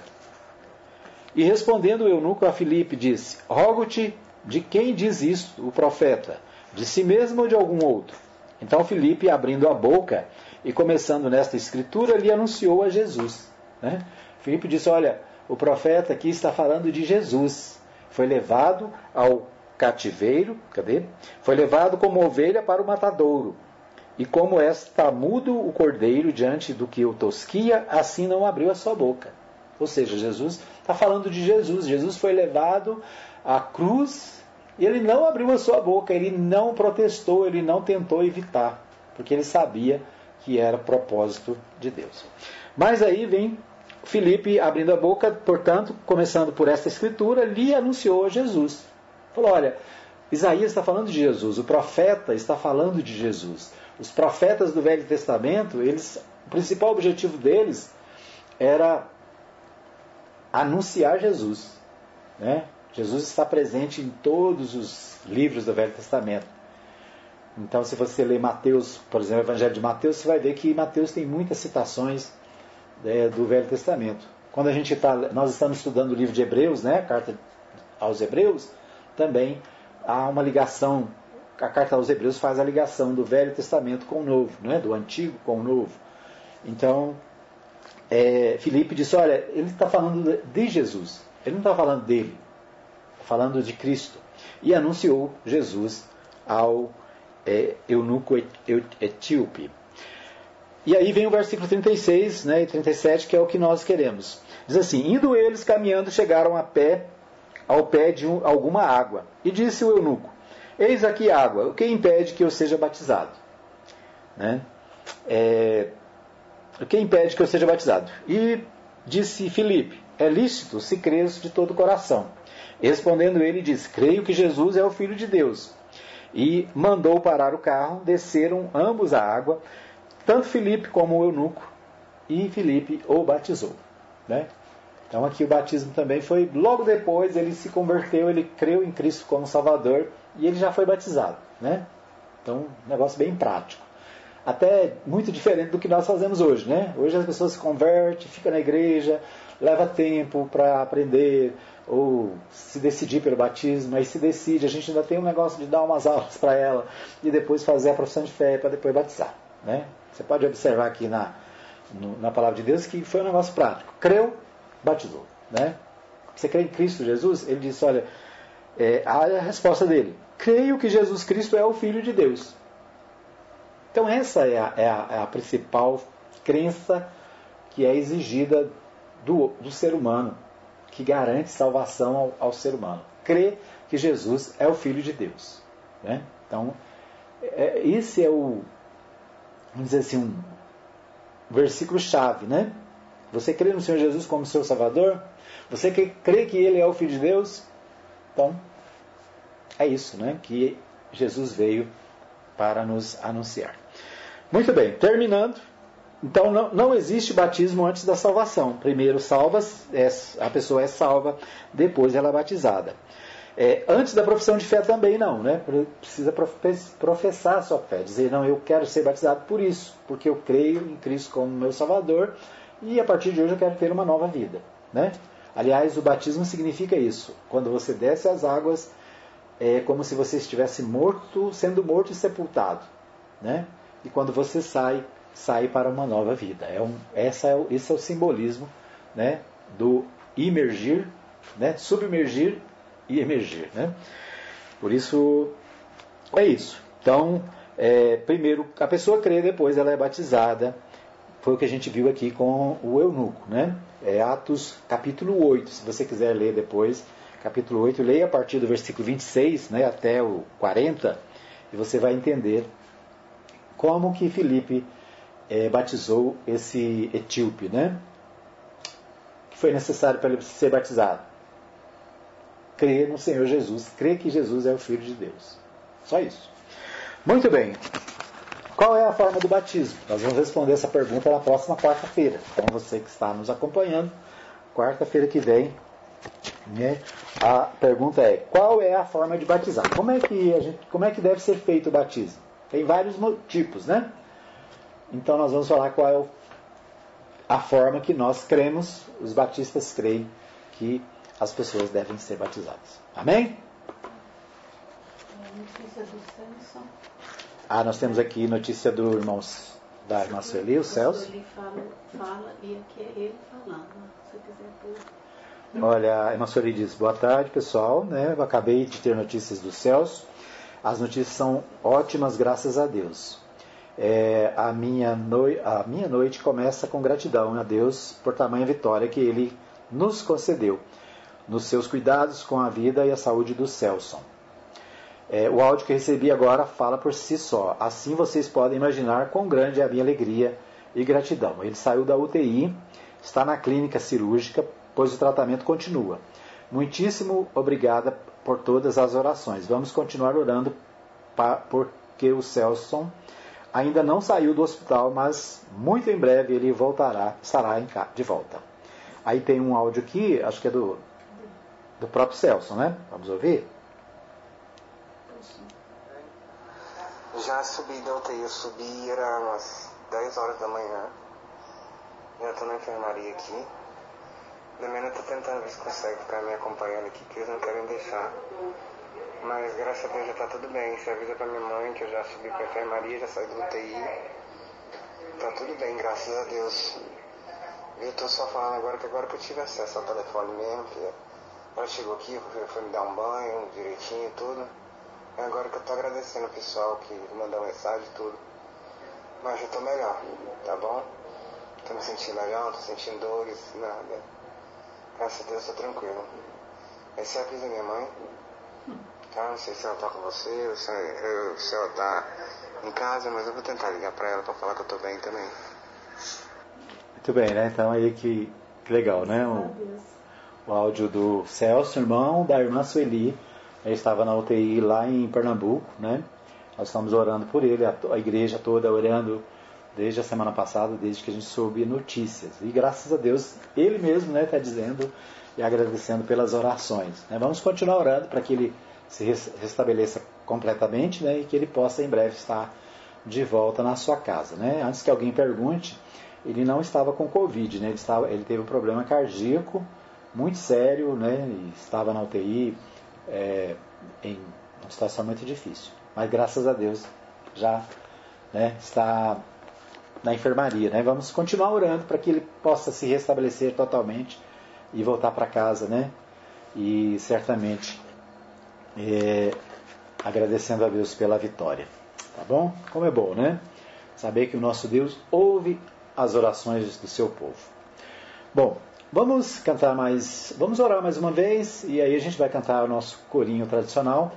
E respondendo o eunuco a Filipe, disse: rogo-te, de quem diz isto o profeta? De si mesmo ou de algum outro? Então Filipe, abrindo a boca e começando nesta escritura, lhe anunciou a Jesus. Né? Filipe disse: olha, o profeta aqui está falando de Jesus. Foi levado ao cativeiro, cadê? Foi levado como ovelha para o matadouro. E como está mudo o cordeiro diante do que o tosquia, assim não abriu a sua boca. Ou seja, Jesus está falando de Jesus. Jesus foi levado à cruz e ele não abriu a sua boca, ele não protestou, ele não tentou evitar, porque ele sabia que era propósito de Deus. Mas aí vem Filipe abrindo a boca, portanto, começando por esta escritura, lhe anunciou a Jesus. Falou: olha, Isaías está falando de Jesus, o profeta está falando de Jesus. Os profetas do Velho Testamento, eles, o principal objetivo deles era anunciar Jesus. Né? Jesus está presente em todos os livros do Velho Testamento. Então, se você ler Mateus, por exemplo, o Evangelho de Mateus, você vai ver que Mateus tem muitas citações é, do Velho Testamento. Quando a gente tá, nós estamos estudando o livro de Hebreus, né, a carta aos Hebreus, também há uma ligação. A carta aos Hebreus faz a ligação do Velho Testamento com o Novo, né, do Antigo com o Novo. Então, é, Filipe disse: olha, ele está falando de Jesus, ele não está falando dele, está falando de Cristo. E anunciou Jesus ao é, eunuco etíope. E aí vem o versículo trinta e seis, né, e trinta e sete, que é o que nós queremos. Diz assim: indo eles caminhando, chegaram a pé, ao pé de um, alguma água. E disse o eunuco: eis aqui água, o que impede que eu seja batizado? Né? É, o que impede que eu seja batizado? E disse Filipe: é lícito se crês de todo o coração. Respondendo ele, disse: creio que Jesus é o Filho de Deus. E mandou parar o carro, desceram ambos a água, tanto Filipe como o eunuco, e Filipe o batizou. Né? Então aqui o batismo também foi, logo depois ele se converteu, ele creu em Cristo como Salvador, e ele já foi batizado. Né? Então, um negócio bem prático. Até muito diferente do que nós fazemos hoje. Né? Hoje as pessoas se convertem, ficam na igreja, leva tempo para aprender, ou se decidir pelo batismo, aí se decide, a gente ainda tem um negócio de dar umas aulas para ela, e depois fazer a profissão de fé, para depois batizar. Né? Você pode observar aqui na, no, na palavra de Deus que foi um negócio prático. Creu, batizou. Né? Você crê em Cristo Jesus? Ele disse: olha, é, a resposta dele: creio que Jesus Cristo é o Filho de Deus. Então essa é a, é a, é a principal crença que é exigida do, do ser humano, que garante salvação ao, ao ser humano. Crer que Jesus é o Filho de Deus. Né? Então, é, esse é o, vamos dizer assim, um versículo-chave. Né? Você crê no Senhor Jesus como seu Salvador? Você crê que Ele é o Filho de Deus? Então, é isso, né, que Jesus veio para nos anunciar. Muito bem, terminando. Então, não, não existe batismo antes da salvação. Primeiro salva, é, a pessoa é salva, depois ela é batizada. É, antes da profissão de fé também não, né? Precisa professar a sua fé, dizer, não, eu quero ser batizado por isso, porque eu creio em Cristo como meu Salvador e a partir de hoje eu quero ter uma nova vida, né? Aliás, o batismo significa isso. Quando você desce as águas, é como se você estivesse morto, sendo morto e sepultado, né? E quando você sai, sai para uma nova vida. É um, essa é o, esse é o simbolismo, né, do imergir, né, submergir e emergir, né? Por isso, é isso. Então, é, primeiro a pessoa crê, depois ela é batizada. Foi o que a gente viu aqui com o eunuco, né? É Atos capítulo oito, se você quiser ler depois, capítulo oito, leia a partir do versículo vinte e seis, né, até o quarenta, e você vai entender como que Filipe é, batizou esse etíope, né? Que foi necessário para ele ser batizado? Crer no Senhor Jesus, crer que Jesus é o Filho de Deus. Só isso. Muito bem. Qual é a forma do batismo? Nós vamos responder essa pergunta na próxima quarta-feira. Então você que está nos acompanhando, quarta-feira que vem, né, a pergunta é: qual é a forma de batizar? Como é que a gente, como é que deve ser feito o batismo? Tem vários tipos, né? Então nós vamos falar qual é a forma que nós cremos, os batistas creem que as pessoas devem ser batizadas. Amém? Notícia do Celso. Ah, nós temos aqui notícia do irmão, da irmã Sueli, o Celso. Ele fala, fala e aqui é ele falando. Se você quiser pôr. Olha, a irmã Sueli diz: boa tarde, pessoal. Né? Eu acabei de ter notícias do Celso. As notícias são ótimas, graças a Deus. É, a, minha noi- a minha noite começa com gratidão a Deus por tamanha vitória que Ele nos concedeu nos seus cuidados com a vida e a saúde do Celso. É, o áudio que recebi agora fala por si só. Assim vocês podem imaginar quão grande é a minha alegria e gratidão. Ele saiu da U T I, está na clínica cirúrgica, pois o tratamento continua. Muitíssimo obrigada por todas as orações. Vamos continuar orando pa- porque o Celso ainda não saiu do hospital, mas muito em breve ele voltará, estará em casa, de volta. Aí tem um áudio aqui, acho que é do, do próprio Celso, né? Vamos ouvir? Já subi da U T I, eu subi, era umas dez horas da manhã. Já estou na enfermaria aqui. Também não estou tentando ver se consegue ficar me acompanhando aqui, que eles não querem deixar. Mas graças a Deus já está tudo bem. Você avisa para minha mãe que eu já subi para a enfermaria, já saí do U T I. Tá tudo bem, graças a Deus. Eu estou só falando agora que agora que eu tive acesso ao telefone mesmo, que ela chegou aqui, foi me dar um banho direitinho e tudo. É agora que eu estou agradecendo o pessoal que mandou mensagem e tudo. Mas eu estou melhor, tá bom? Estou me sentindo melhor, não estou sentindo dores, nada. Graças a Deus estou tranquilo. Esse é a avisa da minha mãe. Tá? Não sei se ela está com você, ou se, eu, se ela está em casa, mas eu vou tentar ligar para ela para falar que eu estou bem também. Muito bem, né? Então aí que, que legal, né? O, o áudio do Celso, irmão da irmã Sueli. Ele estava na U T I lá em Pernambuco, né? Nós estamos orando por ele, a, a igreja toda orando desde a semana passada, desde que a gente soube notícias. E graças a Deus, ele mesmo, né, está dizendo e agradecendo pelas orações. Né? Vamos continuar orando para que ele se restabeleça completamente, né, e que ele possa em breve estar de volta na sua casa. Né? Antes que alguém pergunte, ele não estava com Covid, né? ele, estava, ele teve um problema cardíaco muito sério, né? E estava na U T I, É, em uma situação muito difícil, mas graças a Deus já, né, está na enfermaria, né? Vamos continuar orando para que ele possa se restabelecer totalmente e voltar para casa, né? E certamente é, agradecendo a Deus pela vitória, tá bom? Como é bom, né? Saber que o nosso Deus ouve as orações do seu povo. Bom, vamos cantar mais, vamos orar mais uma vez e aí a gente vai cantar o nosso corinho tradicional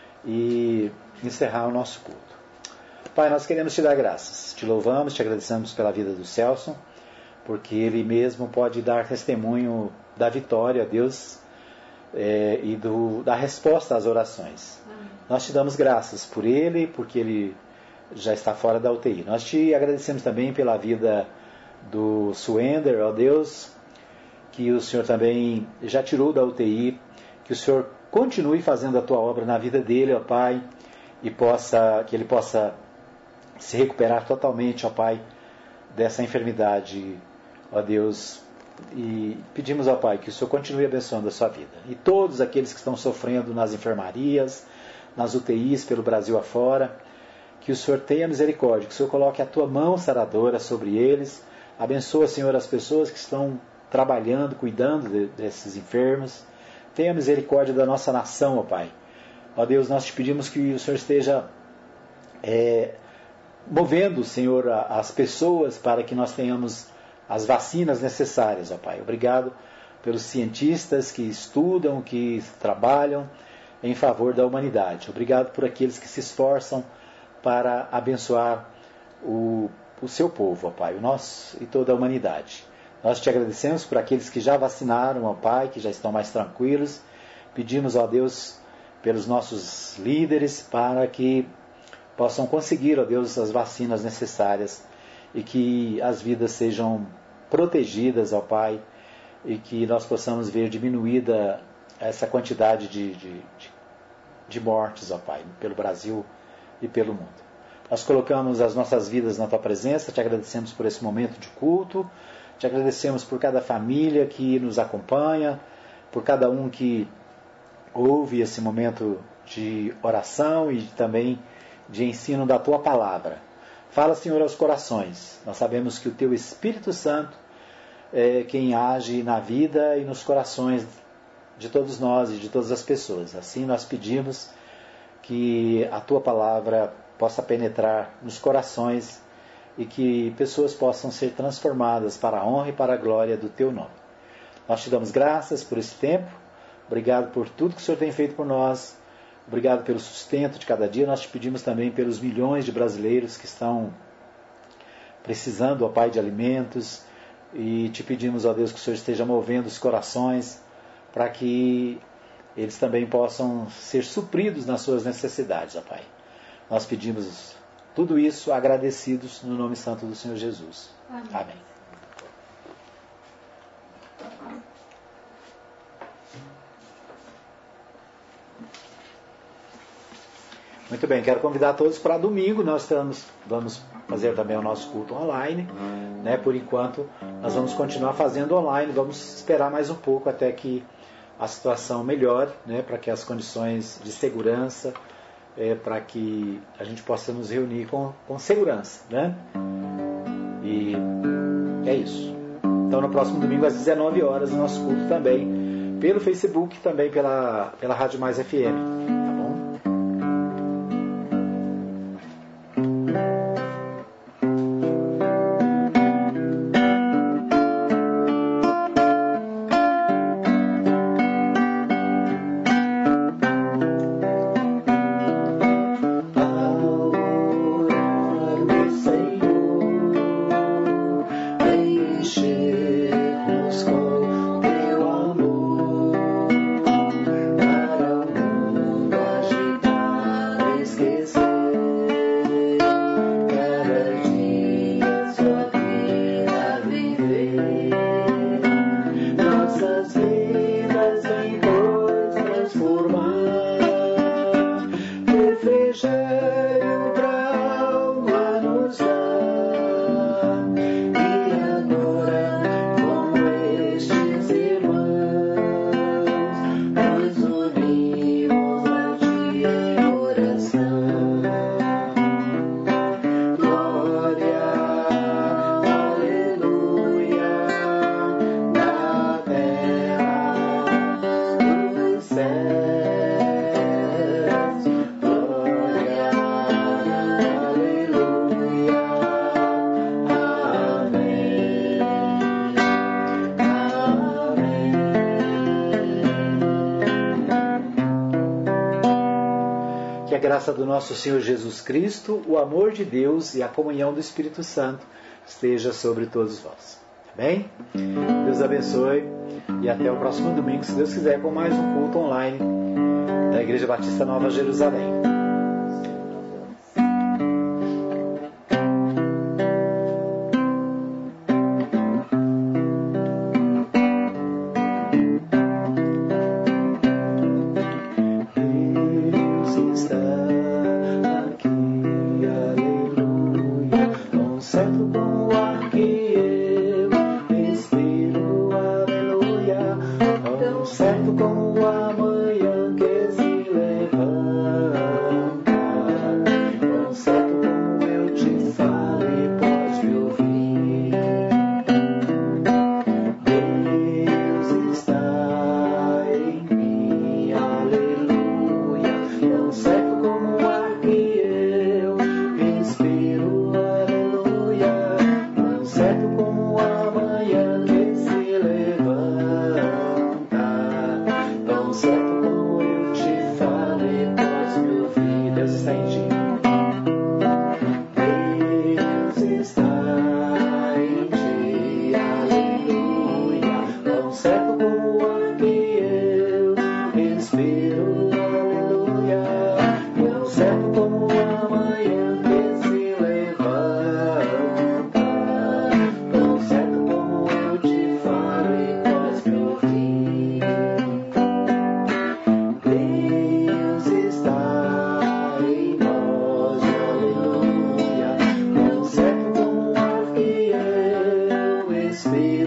e encerrar o nosso culto. Pai, nós queremos te dar graças, te louvamos, te agradecemos pela vida do Celso, porque ele mesmo pode dar testemunho da vitória, Deus, é, e do, da resposta às orações. Amém. Nós te damos graças por ele, porque ele já está fora da U T I. Nós te agradecemos também pela vida do Suender, ó Deus, que o Senhor também já tirou da U T I, que o Senhor continue fazendo a tua obra na vida dele, ó Pai, e possa, que ele possa se recuperar totalmente, ó Pai, dessa enfermidade, ó Deus. E pedimos ao Pai que o Senhor continue abençoando a sua vida. E todos aqueles que estão sofrendo nas enfermarias, nas U T Is pelo Brasil afora, que o Senhor tenha misericórdia, que o Senhor coloque a tua mão saradora sobre eles. Abençoa, Senhor, as pessoas que estão trabalhando, cuidando de, desses enfermos. Tenha misericórdia da nossa nação, ó Pai. Ó Deus, nós te pedimos que o Senhor esteja é, movendo, Senhor, as pessoas para que nós tenhamos as vacinas necessárias, ó Pai. Obrigado pelos cientistas que estudam, que trabalham em favor da humanidade. Obrigado por aqueles que se esforçam para abençoar o, o seu povo, ó Pai, o nosso e toda a humanidade. Nós te agradecemos por aqueles que já vacinaram, ó Pai, que já estão mais tranquilos. Pedimos, ó Deus, pelos nossos líderes para que possam conseguir, ó Deus, as vacinas necessárias e que as vidas sejam protegidas, ó Pai, e que nós possamos ver diminuída essa quantidade de, de, de, de mortes, ó Pai, pelo Brasil e pelo mundo. Nós colocamos as nossas vidas na Tua presença, te agradecemos por esse momento de culto, te agradecemos por cada família que nos acompanha, por cada um que ouve esse momento de oração e também de ensino da Tua palavra. Fala, Senhor, aos corações. Nós sabemos que o Teu Espírito Santo é quem age na vida e nos corações de todos nós e de todas as pessoas. Assim nós pedimos que a Tua palavra possa penetrar nos corações e que pessoas possam ser transformadas para a honra e para a glória do Teu nome. Nós te damos graças por esse tempo. Obrigado por tudo que o Senhor tem feito por nós. Obrigado pelo sustento de cada dia. Nós te pedimos também pelos milhões de brasileiros que estão precisando, ó Pai, de alimentos. E te pedimos, ó Deus, que o Senhor esteja movendo os corações para que eles também possam ser supridos nas suas necessidades, ó Pai. Nós pedimos tudo isso agradecidos no nome santo do Senhor Jesus. Amém. Amém. Muito bem, quero convidar todos para domingo. Nós estamos, vamos fazer também o nosso culto online. Né? Por enquanto, nós vamos continuar fazendo online. Vamos esperar mais um pouco até que a situação melhore, né? Para que as condições de segurança, é, para que a gente possa nos reunir com, com segurança. Né? E é isso. Então, no próximo domingo, às dezenove horas, o nosso culto também, pelo Facebook, também pela, pela Rádio Mais F M. A graça do nosso Senhor Jesus Cristo, o amor de Deus e a comunhão do Espírito Santo esteja sobre todos vós. Amém? Deus abençoe e até o próximo domingo, se Deus quiser, com mais um culto online da Igreja Batista Nova Jerusalém.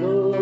Senhor.